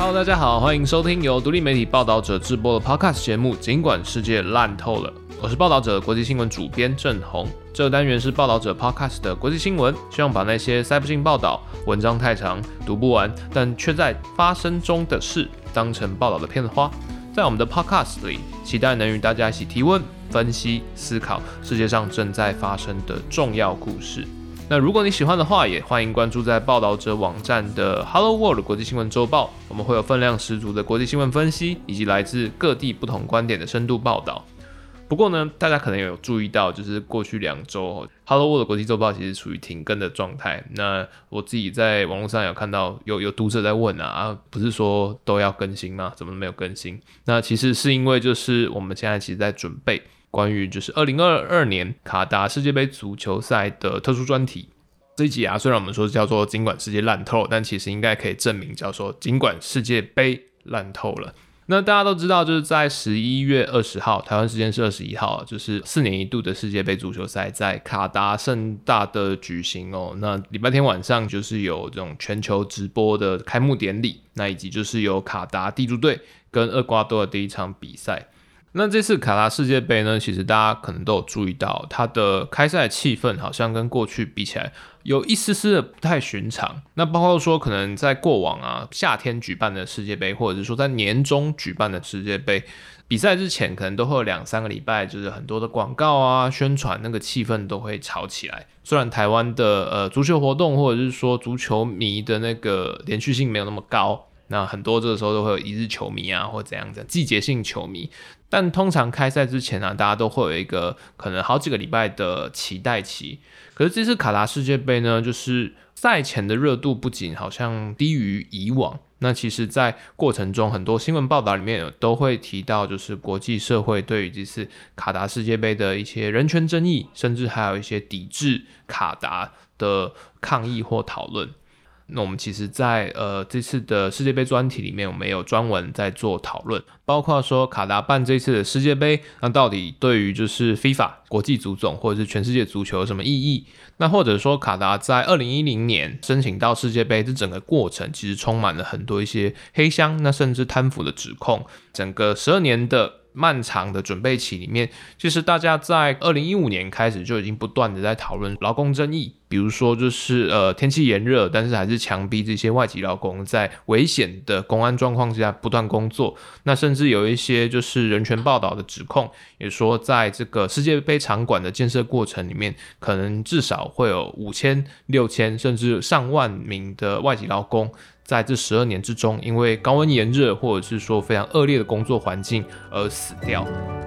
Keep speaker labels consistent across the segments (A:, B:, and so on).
A: Hello， 大家好，欢迎收听由独立媒体报道者制播的 Podcast 节目《尽管世界烂透了》，我是报道者国际新闻主编郑宏。这个单元是报道者 Podcast 的国际新闻，希望把那些塞不进报道、文章太长、读不完，但却在发生中的事当成报道的片花。在我们的 Podcast 里，期待能与大家一起提问、分析、思考世界上正在发生的重要故事。那如果你喜欢的话，也欢迎关注在报道者网站的 Hello World 国际新闻周报，我们会有分量十足的国际新闻分析，以及来自各地不同观点的深度报道。不过呢，大家可能有注意到，就是过去2周 Hello World 国际周报其实处于停更的状态。那我自己在网络上有看到有读者在问不是说都要更新吗？怎么没有更新？那其实是因为就是我们现在其实在准备关于就是2022年卡达世界杯足球赛的特殊专题。这一集虽然我们说叫做尽管世界烂透了，但其实应该可以证明叫做尽管世界杯烂透了。那大家都知道，就是在11月20号，台湾时间是21号，就是4年一度的世界杯足球赛在卡达盛大的举行哦。那礼拜天晚上就是有这种全球直播的开幕典礼，那以及就是有卡达地主队跟厄瓜多的第一场比赛。那这次卡达世界杯呢，其实大家可能都有注意到，它的开赛气氛好像跟过去比起来有一丝丝的不太寻常。那包括说可能在过往夏天举办的世界杯，或者是说在年中举办的世界杯，比赛之前可能都会有2-3个礼拜，就是很多的广告宣传，那个气氛都会炒起来。虽然台湾的足球活动或者是说足球迷的那个连续性没有那么高，那很多这个时候都会有一日球迷或怎样季节性球迷，但通常开赛之前大家都会有一个可能好几个礼拜的期待期。可是这次卡达世界杯呢，就是赛前的热度不仅好像低于以往，那其实在过程中很多新闻报道里面都会提到，就是国际社会对于这次卡达世界杯的一些人权争议，甚至还有一些抵制卡达的抗议或讨论。那我们其实在这次的世界杯专题里面，我们有专文在做讨论，包括说卡达办这次的世界杯，那到底对于就是 FIFA 国际足总或者是全世界足球有什么意义？那或者说卡达在2010年申请到世界杯这整个过程，其实充满了很多一些黑箱，那甚至贪腐的指控。整个12年的漫长的准备期里面，其实大家在2015年开始就已经不断的在讨论劳工争议，比如说就是天气炎热，但是还是强逼这些外籍劳工在危险的公安状况下不断工作。那甚至有一些就是人权报道的指控，也说在这个世界杯场馆的建设过程里面，可能至少会有5000、6000甚至上万名的外籍劳工在这12年之中，因为高温炎热或者是说非常恶劣的工作环境而死掉。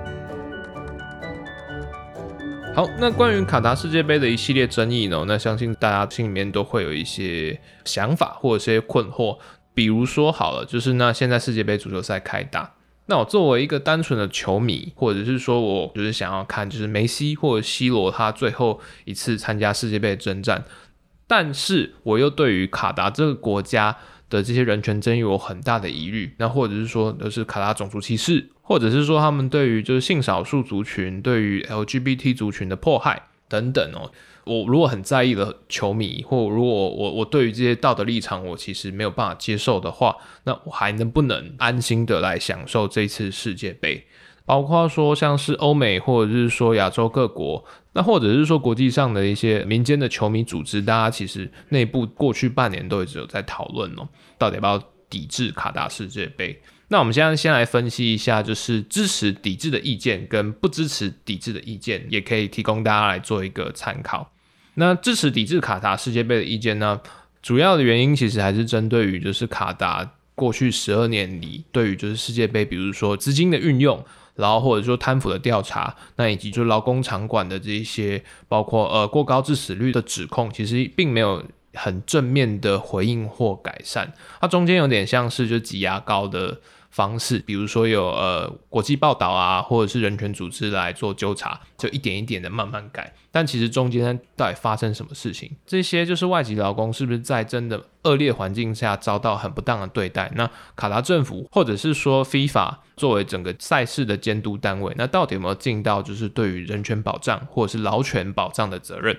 A: 好，那关于卡达世界杯的一系列争议呢，那相信大家心里面都会有一些想法或者一些困惑。比如说好了，就是那现在世界杯足球赛开打，那我作为一个单纯的球迷，或者是说我就是想要看就是梅西或者 C 罗他最后一次参加世界杯的征战，但是我又对于卡达这个国家的这些人权争议有很大的疑虑，那或者是说就是卡达种族歧视，或者是说他们对于就是性少数族群，对于 LGBT 族群的迫害等等我如果很在意的球迷，或如果我对于这些道德立场我其实没有办法接受的话，那我还能不能安心的来享受这次世界杯？包括说像是欧美或者是说亚洲各国，那或者是说国际上的一些民间的球迷组织，大家其实内部过去半年都一直有在讨论到底要不要抵制卡达世界杯。那我们现在先来分析一下，就是支持抵制的意见跟不支持抵制的意见，也可以提供大家来做一个参考。那支持抵制卡达世界杯的意见呢，主要的原因其实还是针对于就是卡达过去12年里对于就是世界杯，比如说资金的运用，然后或者说贪腐的调查，那以及就劳工场馆的这一些包括过高致死率的指控，其实并没有很正面的回应或改善。它中间有点像是就挤牙膏的方式，比如说有国际报道或者是人权组织来做纠察，就一点一点的慢慢改。但其实中间到底发生什么事情？这些就是外籍劳工是不是在真的恶劣环境下遭到很不当的对待？那卡达政府或者是说 FIFA 作为整个赛事的监督单位，那到底有没有尽到就是对于人权保障或者是劳权保障的责任？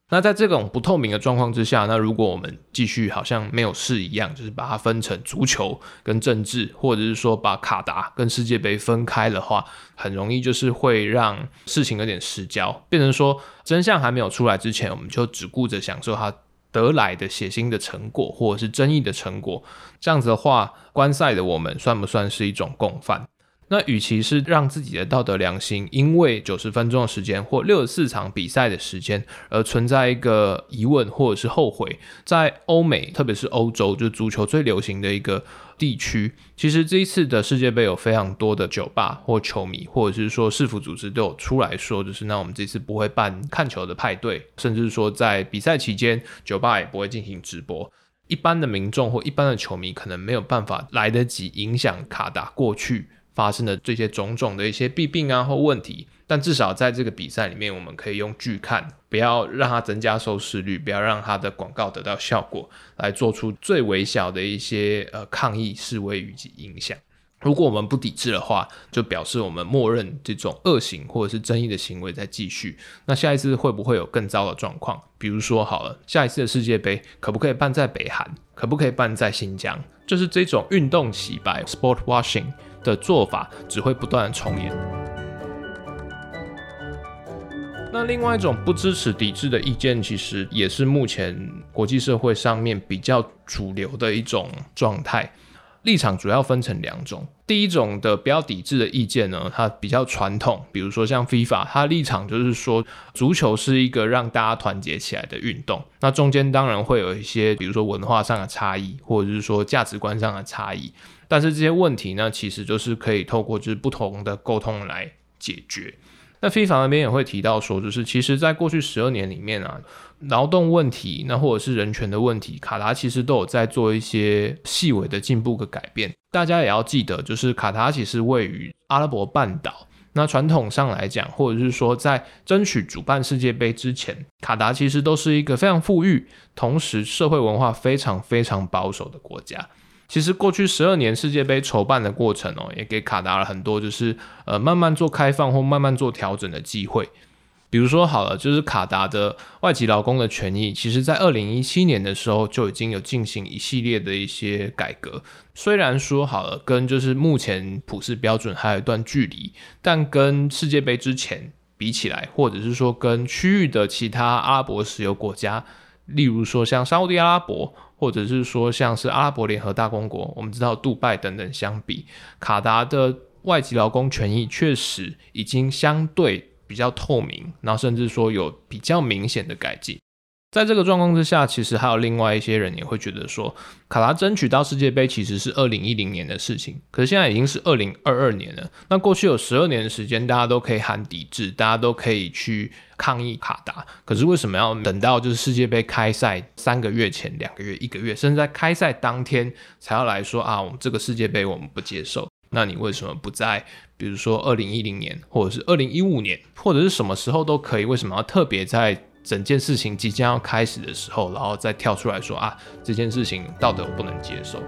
A: 那在这种不透明的状况之下，那如果我们继续好像没有事一样，就是把它分成足球跟政治，或者是说把卡达跟世界杯分开的话，很容易就是会让事情有点失焦，变成说真相还没有出来之前，我们就只顾着享受它得来的血腥的成果，或者是争议的成果。这样子的话，观赛的我们算不算是一种共犯？那与其是让自己的道德良心因为90分钟的时间或64场比赛的时间而存在一个疑问或者是后悔，在欧美特别是欧洲，就是足球最流行的一个地区，其实这一次的世界杯有非常多的酒吧或球迷或者是说市府组织都有出来说，就是那我们这次不会办看球的派对，甚至说在比赛期间酒吧也不会进行直播。一般的民众或一般的球迷可能没有办法来得及影响卡达过去发生的这些种种的一些弊病啊或问题，但至少在这个比赛里面我们可以用剧看，不要让它增加收视率，不要让它的广告得到效果，来做出最微小的一些抗议示威以及影响。如果我们不抵制的话，就表示我们默认这种恶行或者是争议的行为在继续。那下一次会不会有更糟的状况？比如说好了，下一次的世界杯可不可以办在北韩？可不可以办在新疆？就是这种运动洗白 sport washing 的做法只会不断的重演。那另外一种不支持抵制的意见，其实也是目前国际社会上面比较主流的一种状态。立场主要分成2种，第一种的不要抵制的意见呢，它比较传统，比如说像 FIFA， 它的立场就是说足球是一个让大家团结起来的运动，那中间当然会有一些比如说文化上的差异，或者是说价值观上的差异，但是这些问题呢，其实就是可以透过就是不同的沟通来解决。那 FIFA 那边也会提到说，就是其实在过去12年里面啊，劳动问题那或者是人权的问题，卡达其实都有在做一些细微的进步跟改变。大家也要记得，就是卡达其实位于阿拉伯半岛，那传统上来讲，或者是说在争取主办世界杯之前，卡达其实都是一个非常富裕，同时社会文化非常非常保守的国家。其实过去12年世界杯筹办的过程也给卡达了很多就是慢慢做开放或慢慢做调整的机会。比如说好了，就是卡达的外籍劳工的权益，其实在2017年的时候就已经有进行一系列的一些改革。虽然说好了，跟就是目前普世标准还有一段距离，但跟世界杯之前比起来，或者是说跟区域的其他阿拉伯石油国家，例如说像沙烏地阿拉伯，或者是说像是阿拉伯联合大公国，我们知道杜拜等等相比，卡达的外籍劳工权益确实已经相对比较透明，然后甚至说有比较明显的改进。在这个状况之下，其实还有另外一些人也会觉得说，卡达争取到世界杯其实是2010年的事情，可是现在已经是2022年了。那过去有12年的时间，大家都可以喊抵制，大家都可以去抗议卡达，可是为什么要等到就是世界杯开赛3个月前、2个月、1个月，甚至在开赛当天才要来说啊，我们这个世界杯我们不接受？那你为什么不在比如说2010年或者是2015年或者是什么时候都可以，为什么要特别在整件事情即将要开始的时候然后再跳出来说啊，这件事情道德我不能接受？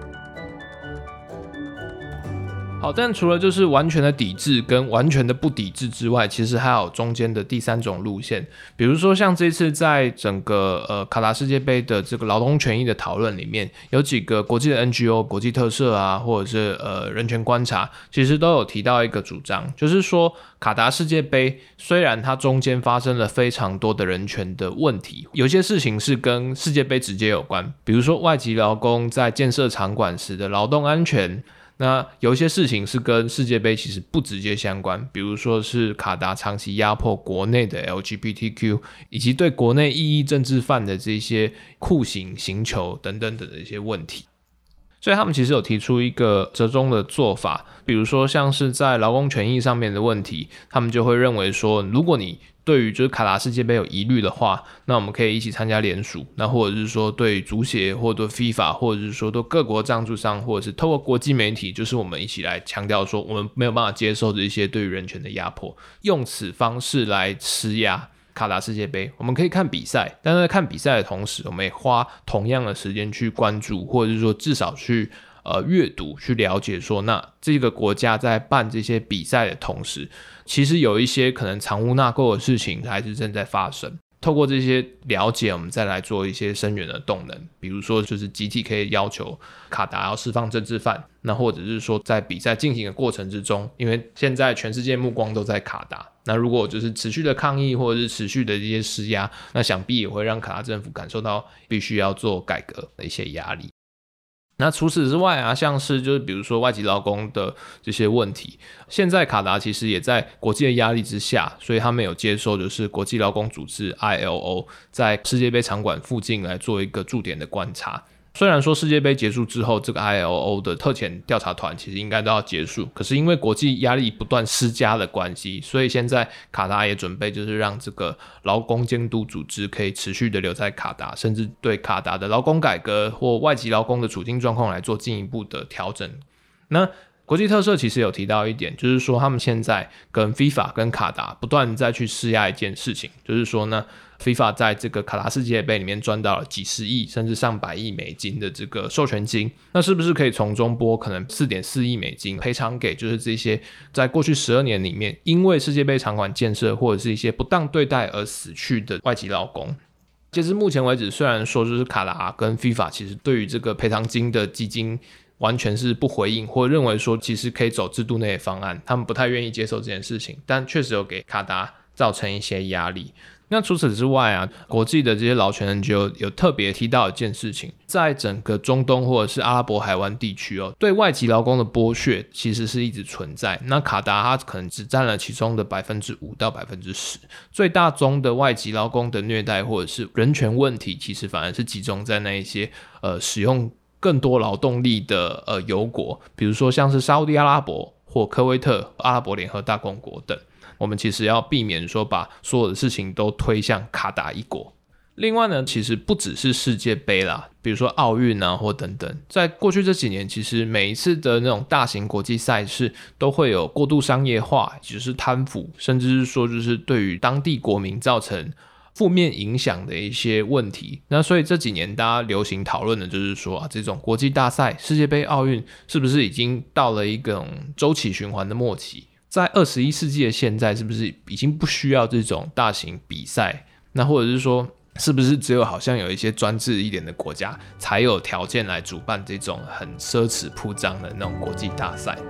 A: 好，但除了就是完全的抵制跟完全的不抵制之外，其实还有中间的第3种路线。比如说像这次在整个卡达世界杯的这个劳动权益的讨论里面，有几个国际的 NGO 国际特赦啊，或者是人权观察，其实都有提到一个主张，就是说卡达世界杯虽然它中间发生了非常多的人权的问题，有些事情是跟世界杯直接有关，比如说外籍劳工在建设场馆时的劳动安全，那有一些事情是跟世界杯其实不直接相关，比如说是卡达长期压迫国内的 LGBTQ 以及对国内异议政治犯的这些酷刑、刑求等等的一些问题。所以他们其实有提出一个折中的做法，比如说像是在劳工权益上面的问题，他们就会认为说，如果你对于就是卡达世界杯有疑虑的话，那我们可以一起参加联署，那或者是说对于足协或者对 FIFA 或者是说对各国赞助商，或者是透过国际媒体，就是我们一起来强调说我们没有办法接受这些对于人权的压迫，用此方式来施压卡达世界杯。我们可以看比赛，但是在看比赛的同时，我们也花同样的时间去关注，或者是说至少去阅读，去了解说，那这个国家在办这些比赛的同时，其实有一些可能藏污纳垢的事情还是正在发生。 透过这些了解，我们再来做一些深远的动能，比如说就是集体可以要求卡达要释放政治犯，那或者是说在比赛进行的过程之中，因为现在全世界目光都在卡达，那如果就是持续的抗议或者是持续的一些施压，那想必也会让卡达政府感受到必须要做改革的一些压力。那除此之外啊，像是就是比如说外籍劳工的这些问题，现在卡达其实也在国际的压力之下，所以他们有接受就是国际劳工组织 ILO 在世界杯场馆附近来做一个驻点的观察。虽然说世界杯结束之后，这个 ILO 的特遣调查团其实应该都要结束，可是因为国际压力不断施加的关系，所以现在卡达也准备就是让这个劳工监督组织可以持续的留在卡达，甚至对卡达的劳工改革或外籍劳工的处境状况来做进一步的调整。那国际特赦其实有提到一点，就是说他们现在跟 FIFA 跟卡达不断再去施压一件事情，就是说呢FIFA 在这个卡达世界杯里面赚到了几十亿甚至上百亿美金的这个授权金，那是不是可以从中拨可能 4.4 亿美金赔偿给就是这些在过去12年里面因为世界杯场馆建设或者是一些不当对待而死去的外籍劳工。截至目前为止，虽然说就是卡达跟 FIFA 其实对于这个赔偿金的基金完全是不回应，或认为说其实可以走制度内的方案，他们不太愿意接受这件事情，但确实有给卡达造成一些压力。那除此之外啊，国际的这些劳权人就有特别提到一件事情，在整个中东或者是阿拉伯海湾地区对外籍劳工的剥削其实是一直存在。那卡达它可能只占了其中的 5% 到 10%， 最大宗的外籍劳工的虐待或者是人权问题，其实反而是集中在那一些使用更多劳动力的油国，比如说像是沙烏地阿拉伯或科威特、阿拉伯联合大公国等。我们其实要避免说把所有的事情都推向卡达一国。另外呢，其实不只是世界杯啦，比如说奥运啊或等等，在过去这几年，其实每一次的那种大型国际赛事都会有过度商业化，就是贪腐，甚至是说就是对于当地国民造成负面影响的一些问题。那所以这几年大家流行讨论的就是说这种国际大赛，世界杯、奥运是不是已经到了一种周期循环的末期？在21世纪的现在，是不是已经不需要这种大型比赛？那或者是说，是不是只有好像有一些专制一点的国家才有条件来主办这种很奢侈铺张的那种国际大赛？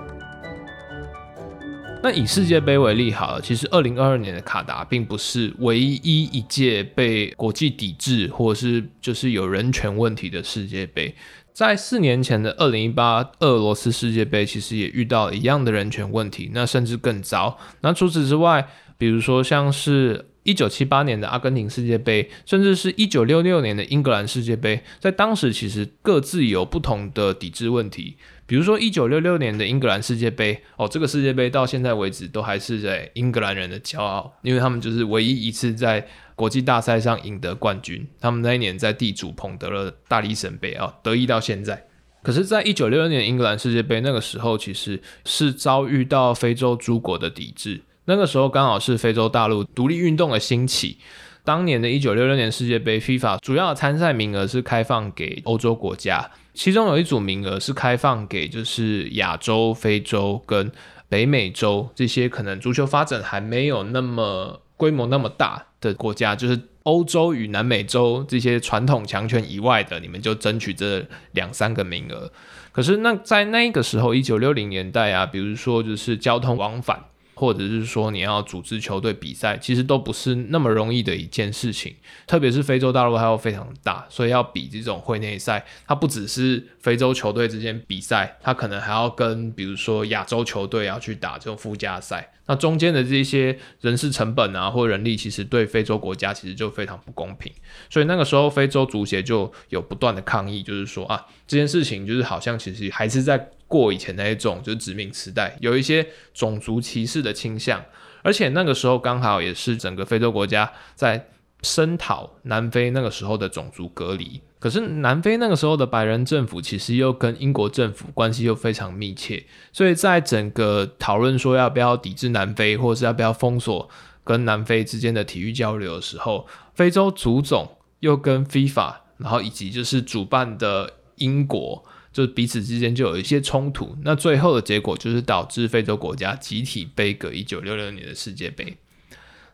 A: 那以世界杯为例好了，其实2022年的卡达并不是唯一一届被国际抵制或者是就是有人权问题的世界杯。在4年前的2018俄罗斯世界杯，其实也遇到一样的人权问题，那甚至更糟。那除此之外，比如说像是1978年的阿根廷世界杯，甚至是1966年的英格兰世界杯，在当时其实各自有不同的抵制问题。比如说1966年的英格兰世界杯，这个世界杯到现在为止都还是在英格兰人的骄傲，因为他们就是唯一一次在国际大赛上赢得冠军。他们那一年在地主捧得了大力神杯，得意到现在。可是在1966年英格兰世界杯那个时候，其实是遭遇到非洲诸国的抵制。那个时候刚好是非洲大陆独立运动的兴起。当年的1966年世界杯 FIFA 主要的参赛名额是开放给欧洲国家，其中有一组名额是开放给就是亚洲、非洲跟北美洲这些可能足球发展还没有那么规模那么大的国家，就是欧洲与南美洲这些传统强权以外的，你们就争取这2-3个名额。可是在那个时候1960年代啊，比如说就是交通往返，或者是说你要组织球队比赛，其实都不是那么容易的一件事情。特别是非洲大陆它又非常大，所以要比这种会内赛，它不只是非洲球队之间比赛，它可能还要跟比如说亚洲球队要去打这种附加赛。那中间的这些人事成本啊或人力，其实对非洲国家其实就非常不公平。所以那个时候非洲足协就有不断的抗议，就是说这件事情就是好像其实还是在过以前那一种就是殖民时代，有一些种族歧视的倾向。而且那个时候刚好也是整个非洲国家在声讨南非那个时候的种族隔离。可是南非那个时候的白人政府其实又跟英国政府关系又非常密切，所以在整个讨论说要不要抵制南非或是要不要封锁跟南非之间的体育交流的时候，非洲足总又跟 FIFA 然后以及就是主办的英国就彼此之间就有一些冲突。那最后的结果就是导致非洲国家集体杯葛1966年的世界杯。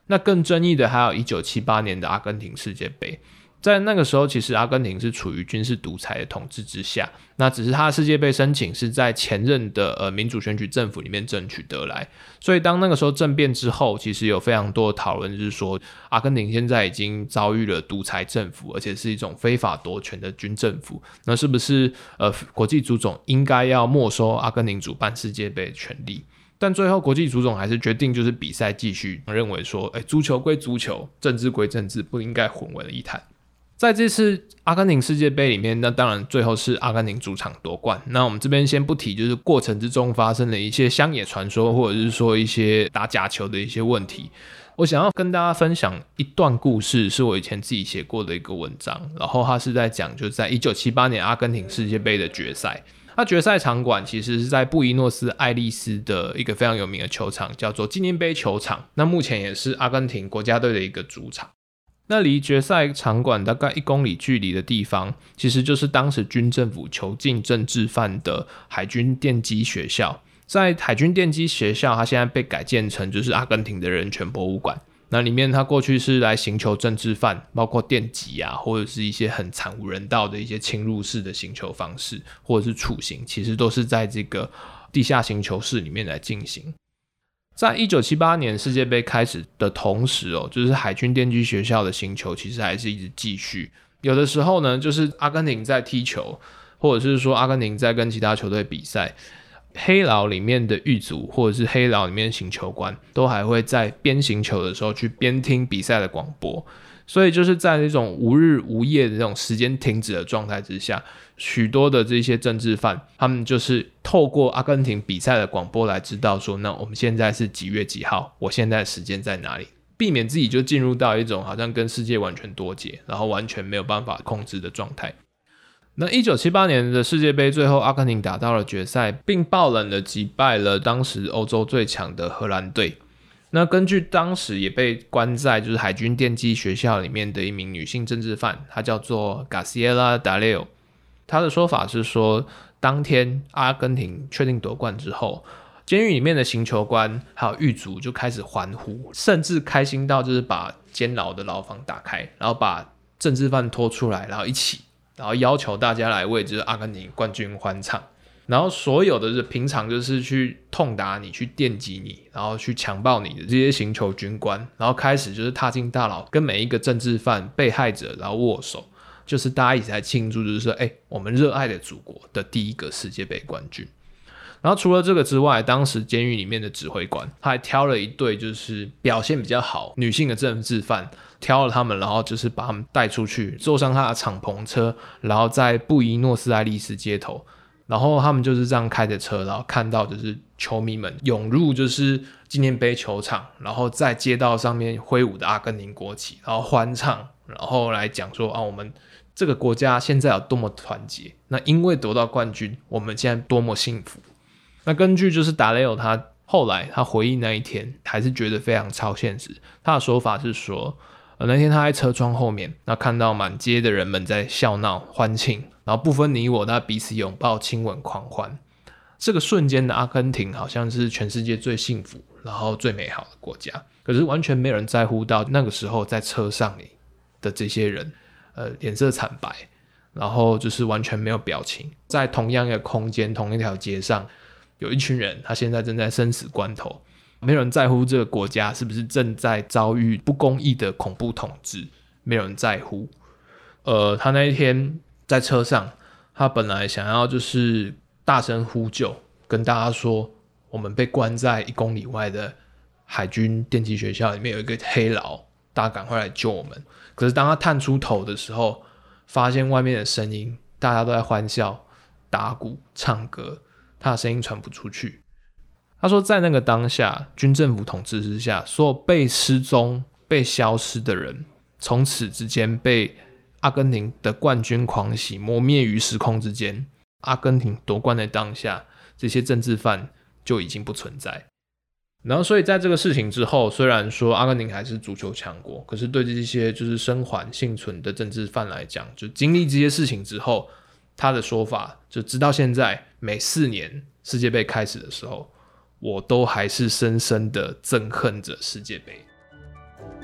A: 那更争议的还有1978年的阿根廷世界杯。在那个时候，其实阿根廷是处于军事独裁的统治之下，那只是他的世界杯申请是在前任的民主选举政府里面争取得来，所以当那个时候政变之后，其实有非常多的讨论，就是说阿根廷现在已经遭遇了独裁政府，而且是一种非法夺权的军政府，那是不是国际足总应该要没收阿根廷主办世界杯的权利？但最后国际足总还是决定就是比赛继续，认为说足球归足球，政治归政治，不应该混为了一谈。在这次阿根廷世界杯里面，那当然最后是阿根廷主场夺冠。那我们这边先不提，就是过程之中发生的一些乡野传说，或者是说一些打假球的一些问题。我想要跟大家分享一段故事，是我以前自己写过的一个文章，然后它是在讲就是在1978年阿根廷世界杯的决赛。那决赛场馆其实是在布宜诺斯艾利斯的一个非常有名的球场，叫做纪念碑球场。那目前也是阿根廷国家队的一个主场。那离决赛场馆大概1公里距离的地方，其实就是当时军政府囚禁政治犯的海军电机学校。在海军电机学校，它现在被改建成就是阿根廷的人权博物馆。那里面它过去是来刑求政治犯，包括电击啊，或者是一些很惨无人道的一些侵入式的刑求方式，或者是处刑，其实都是在这个地下刑求室里面来进行。在1978年世界杯开始的同时就是海军电机学校的刑求其实还是一直继续。有的时候呢，就是阿根廷在踢球，或者是说阿根廷在跟其他球队比赛，黑牢里面的狱卒或者是黑牢里面的刑球官都还会在边刑球的时候去边听比赛的广播。所以就是在这种无日无夜的这种时间停止的状态之下，许多的这些政治犯他们就是透过阿根廷比赛的广播来知道说，那我们现在是几月几号，我现在的时间在哪里，避免自己就进入到一种好像跟世界完全脱节，然后完全没有办法控制的状态。那1978年的世界杯最后阿根廷打到了决赛，并爆冷的击败了当时欧洲最强的荷兰队。那根据当时也被关在就是海军电机学校里面的一名女性政治犯，她叫做 Graciela D'Aleo。 她的说法是说，当天阿根廷确定夺冠之后，监狱里面的刑求官还有狱卒就开始欢呼，甚至开心到就是把监牢的牢房打开，然后把政治犯拖出来，然后要求大家来为就是阿根廷冠军欢唱。然后所有的平常就是去痛打你，去电击你，然后去强暴你的这些刑求军官，然后开始就是踏进大牢，跟每一个政治犯被害者然后握手，就是大家一起来庆祝，就是说我们热爱的祖国的第一个世界杯冠军。然后除了这个之外，当时监狱里面的指挥官他还挑了一对就是表现比较好女性的政治犯，挑了他们，然后就是把他们带出去，坐上他的敞篷车，然后在布宜诺斯艾利斯街头，然后他们就是这样开着车，然后看到就是球迷们涌入就是纪念碑球场，然后在街道上面挥舞的阿根廷国旗，然后欢唱，然后来讲说我们这个国家现在有多么团结，那因为夺到冠军，我们现在多么幸福。那根据就是达雷欧他后来他回忆那一天，还是觉得非常超现实。他的说法是说，那天他在车窗后面，那看到满街的人们在笑闹欢庆，然后不分你我，他彼此拥抱亲吻狂欢。这个瞬间的阿根廷好像是全世界最幸福然后最美好的国家，可是完全没有人在乎到那个时候在车上里的这些人脸色惨白，然后就是完全没有表情。在同样一个空间同一条街上，有一群人他现在正在生死关头，没有人在乎这个国家是不是正在遭遇不公义的恐怖统治，没有人在乎。他那一天在车上，他本来想要就是大声呼救，跟大家说我们被关在1公里外的海军电机学校里面有一个黑牢，大家赶快来救我们。可是当他探出头的时候，发现外面的声音大家都在欢笑打鼓唱歌，他的声音传不出去。他说在那个当下，军政府统治之下，所有被失踪被消失的人从此之间被阿根廷的冠军狂喜磨灭于时空之间。阿根廷夺冠的当下，这些政治犯就已经不存在。然后所以在这个事情之后，虽然说阿根廷还是足球强国，可是对这些就是生还幸存的政治犯来讲，就经历这些事情之后，他的说法就直到现在每4年世界杯开始的时候，我都还是深深的憎恨着世界杯。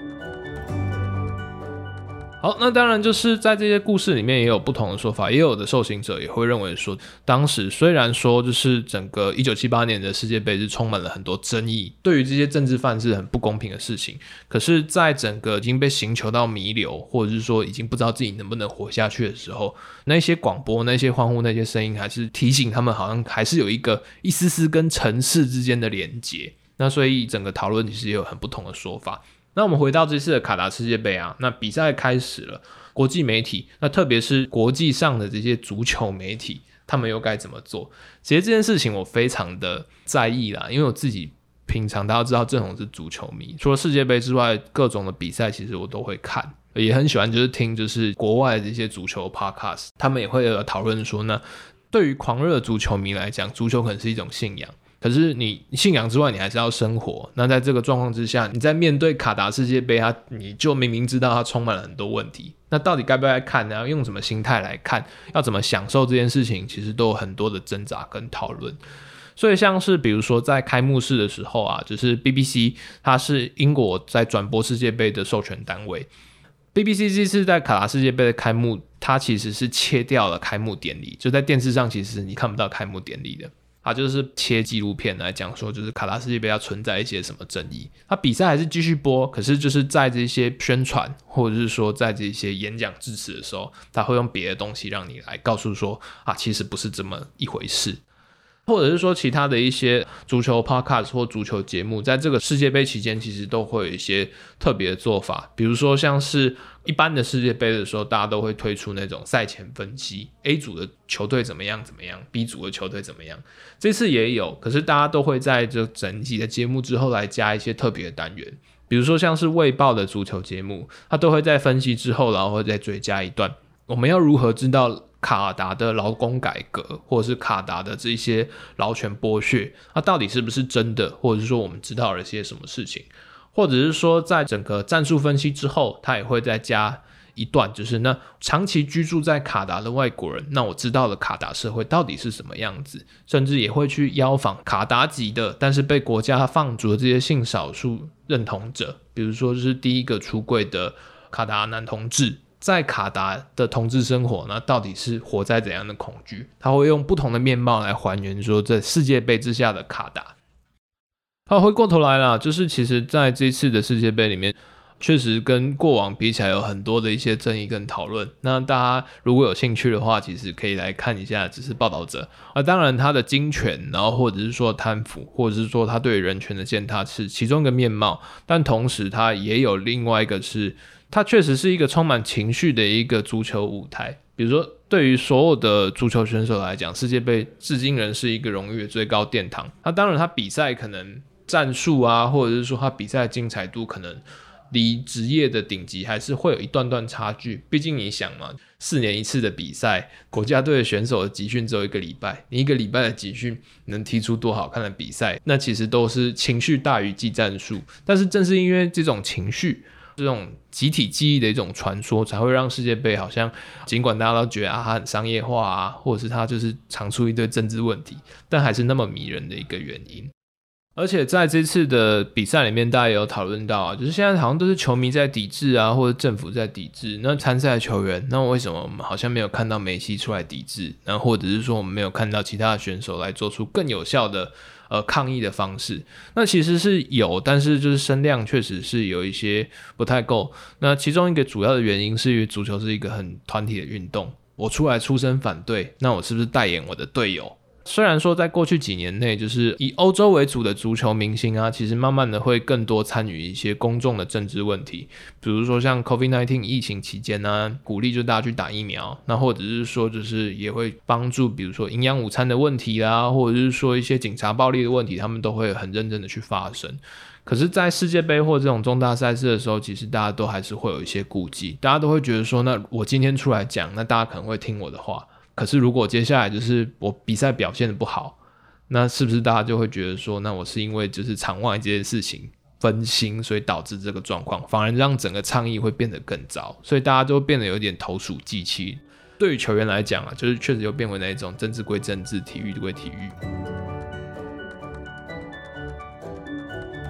A: 好，那当然就是在这些故事里面也有不同的说法，也有的受刑者也会认为说，当时虽然说就是整个1978年的世界杯是充满了很多争议，对于这些政治犯是很不公平的事情，可是在整个已经被刑求到弥留，或者是说已经不知道自己能不能活下去的时候，那些广播、那些欢呼、那些声音还是提醒他们好像还是有一丝丝跟城市之间的连结。那所以整个讨论其实也有很不同的说法。那我们回到这次的卡达世界杯啊，那比赛开始了，国际媒体，那特别是国际上的这些足球媒体，他们又该怎么做？其实这件事情我非常的在意啦，因为我自己平常大家知道正宏是足球迷，除了世界杯之外，各种的比赛其实我都会看，也很喜欢就是听就是国外的这些足球 podcast， 他们也会有讨论说呢，对于狂热的足球迷来讲，足球可能是一种信仰。可是你信仰之外，你还是要生活。那在这个状况之下，你在面对卡达世界杯，你就明明知道它充满了很多问题。那到底该不该看呢？用什么心态来看？要怎么享受这件事情？其实都有很多的挣扎跟讨论。所以像是比如说在开幕式的时候啊，就是 BBC 它是英国在转播世界杯的授权单位。BBC 这次在卡达世界杯的开幕，它其实是切掉了开幕典礼，就在电视上其实你看不到开幕典礼的。它就是切纪录片来讲说，就是卡达世界杯要存在一些什么争议。它比赛还是继续播，可是就是在这些宣传或者是说在这些演讲致辞的时候，它会用别的东西让你来告诉说啊，其实不是这么一回事。或者是说其他的一些足球 podcast 或足球节目，在这个世界杯期间其实都会有一些特别的做法，比如说像是一般的世界杯的时候，大家都会推出那种赛前分析 A 组的球队怎么样 B 组的球队怎么样，这次也有，可是大家都会在这整集的节目之后来加一些特别的单元，比如说像是卫报的足球节目，它都会在分析之后然后会再追加一段我们要如何知道卡达的劳工改革，或者是卡达的这些劳权剥削，它到底是不是真的，或者是说我们知道了些什么事情，或者是说在整个战术分析之后，它也会再加一段，就是那长期居住在卡达的外国人，那我知道了卡达社会到底是什么样子，甚至也会去邀访卡达籍的，但是被国家放逐的这些性少数认同者，比如说就是第一个出柜的卡达男同志。在卡达的同志生活呢，到底是活在怎样的恐惧？他会用不同的面貌来还原说在世界杯之下的卡达。好，回过头来啦，就是其实在这次的世界杯里面，确实跟过往比起来有很多的一些争议跟讨论。那大家如果有兴趣的话，其实可以来看一下只是报道者。当然他的金权，然后或者是说贪腐，或者是说他对人权的践踏是其中一个面貌，但同时他也有另外一个是它确实是一个充满情绪的一个足球舞台。比如说对于所有的足球选手来讲，世界杯至今仍是一个荣誉的最高殿堂。那当然他比赛可能战术啊，或者是说他比赛的精彩度可能离职业的顶级还是会有一段段差距。毕竟你想嘛，4年一次的比赛，国家队的选手的集训只有1个礼拜，你1个礼拜的集训能踢出多好看的比赛，那其实都是情绪大于技战术。但是正是因为这种情绪，这种集体记忆的一种传说，才会让世界杯好像尽管大家都觉得它很商业化啊，或者是它就是常出一堆政治问题，但还是那么迷人的一个原因。而且在这次的比赛里面，大家也有讨论到就是现在好像都是球迷在抵制啊，或者政府在抵制。那参赛的球员，那为什么我们好像没有看到梅西出来抵制？然后或者是说我们没有看到其他的选手来做出更有效的抗议的方式？那其实是有，但是就是声量确实是有一些不太够。那其中一个主要的原因是因为足球是一个很团体的运动，我出来出声反对，那我是不是代言我的队友？虽然说在过去几年内，就是以欧洲为主的足球明星啊，其实慢慢的会更多参与一些公众的政治问题，比如说像 COVID-19 疫情期间啊，鼓励就大家去打疫苗，那或者是说就是也会帮助比如说营养午餐的问题啦，或者是说一些警察暴力的问题，他们都会很认真的去发声。可是在世界杯或这种重大赛事的时候，其实大家都还是会有一些顾忌，大家都会觉得说，那我今天出来讲，那大家可能会听我的话，可是如果接下来就是我比赛表现的不好，那是不是大家就会觉得说，那我是因为就是场外这件事情分心，所以导致这个状况，反而让整个倡议会变得更糟，所以大家就变得有点投鼠忌器。对于球员来讲啊，就是确实又变为那一种政治归政治，体育归体育。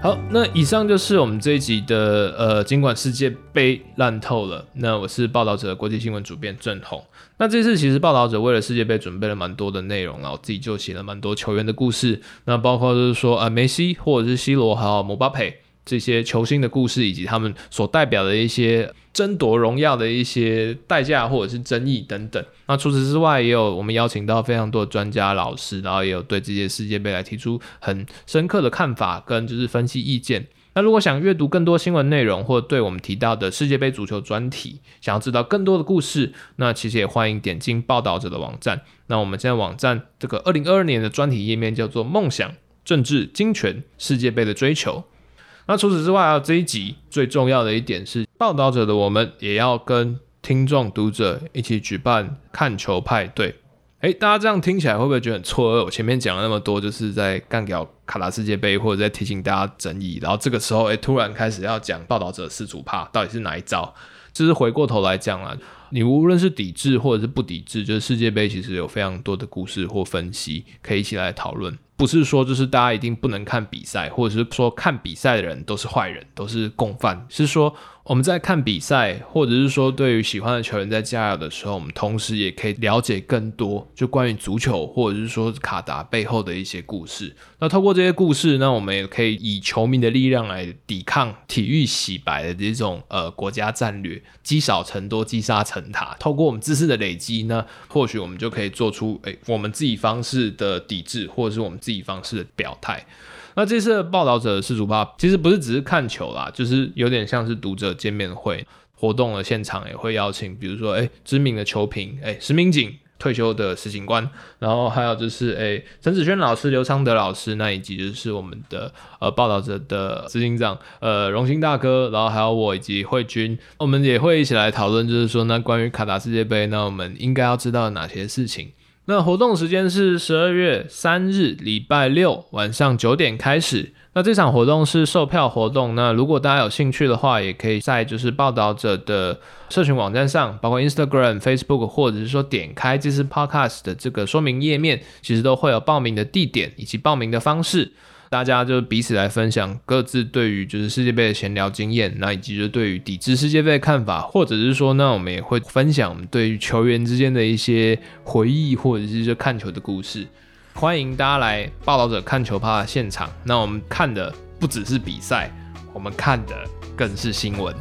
A: 好，那以上就是我们这一集的尽管世界杯烂透了。那我是报道者的国际新闻主编郑宏。那这次其实报道者为了世界杯准备了蛮多的内容，然后自己就写了蛮多球员的故事。那包括就是说梅西或者是 C 罗还有姆巴佩这些球星的故事，以及他们所代表的一些争夺荣耀的一些代价或者是争议等等。那除此之外，也有我们邀请到非常多的专家老师，然后也有对这届世界杯来提出很深刻的看法跟就是分析意见。那如果想阅读更多新闻内容，或对我们提到的世界杯足球专题想要知道更多的故事，那其实也欢迎点进报道者的网站。那我们现在网站这个2022年的专题页面叫做梦想、政治、金钱、世界杯的追求。那除此之外，这一集最重要的一点是，报道者的我们也要跟听众读者一起举办看球派对。大家这样听起来会不会觉得很错愕？我前面讲了那么多，就是在干掉卡达世界杯，或者在提醒大家争议，然后这个时候突然开始要讲报道者世足趴到底是哪一招？就是回过头来讲啦，你无论是抵制或者是不抵制，就是世界杯其实有非常多的故事或分析可以一起来讨论。不是说就是大家一定不能看比赛，或者是说看比赛的人都是坏人，都是共犯，是说我们在看比赛，或者是说对于喜欢的球员在加油的时候，我们同时也可以了解更多就关于足球或者是说卡达背后的一些故事。那透过这些故事，那我们也可以以球迷的力量来抵抗体育洗白的这种国家战略，积少成多，积沙成塔。透过我们知识的累积呢，或许我们就可以做出我们自己方式的抵制，或者是我们自己方式的表态。那这次的报道者的世足趴其实不是只是看球啦，就是有点像是读者见面会活动的现场，也会邀请比如说知名的球评石明景退休的实警官，然后还有就是陈子轩老师、刘昌德老师，那以及就是我们的报道者的执行长荣兴大哥，然后还有我以及慧君，我们也会一起来讨论，就是说那关于卡达世界杯，那我们应该要知道哪些事情。那活动时间是12月3日礼拜六晚上9点开始。那这场活动是售票活动，那如果大家有兴趣的话，也可以在就是报道者的社群网站上，包括 Instagram、Facebook， 或者是说点开这次 Podcast 的这个说明页面，其实都会有报名的地点以及报名的方式。大家就彼此来分享各自对于就是世界杯的闲聊经验，那以及就对于抵制世界杯的看法，或者是说那我们也会分享我们对于球员之间的一些回忆，或者是就看球的故事。欢迎大家来报道者看球趴的现场，那我们看的不只是比赛，我们看的更是新闻。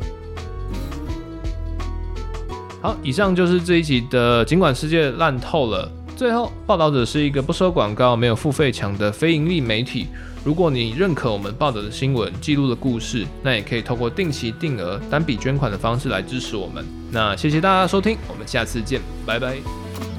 A: 好，以上就是这一集的尽管世界烂透了。最后，报道者是一个不收广告、没有付费墙的非盈利媒体。如果你认可我们报道的新闻、记录的故事，那也可以透过定期定额、单笔捐款的方式来支持我们。那谢谢大家的收听，我们下次见，拜拜。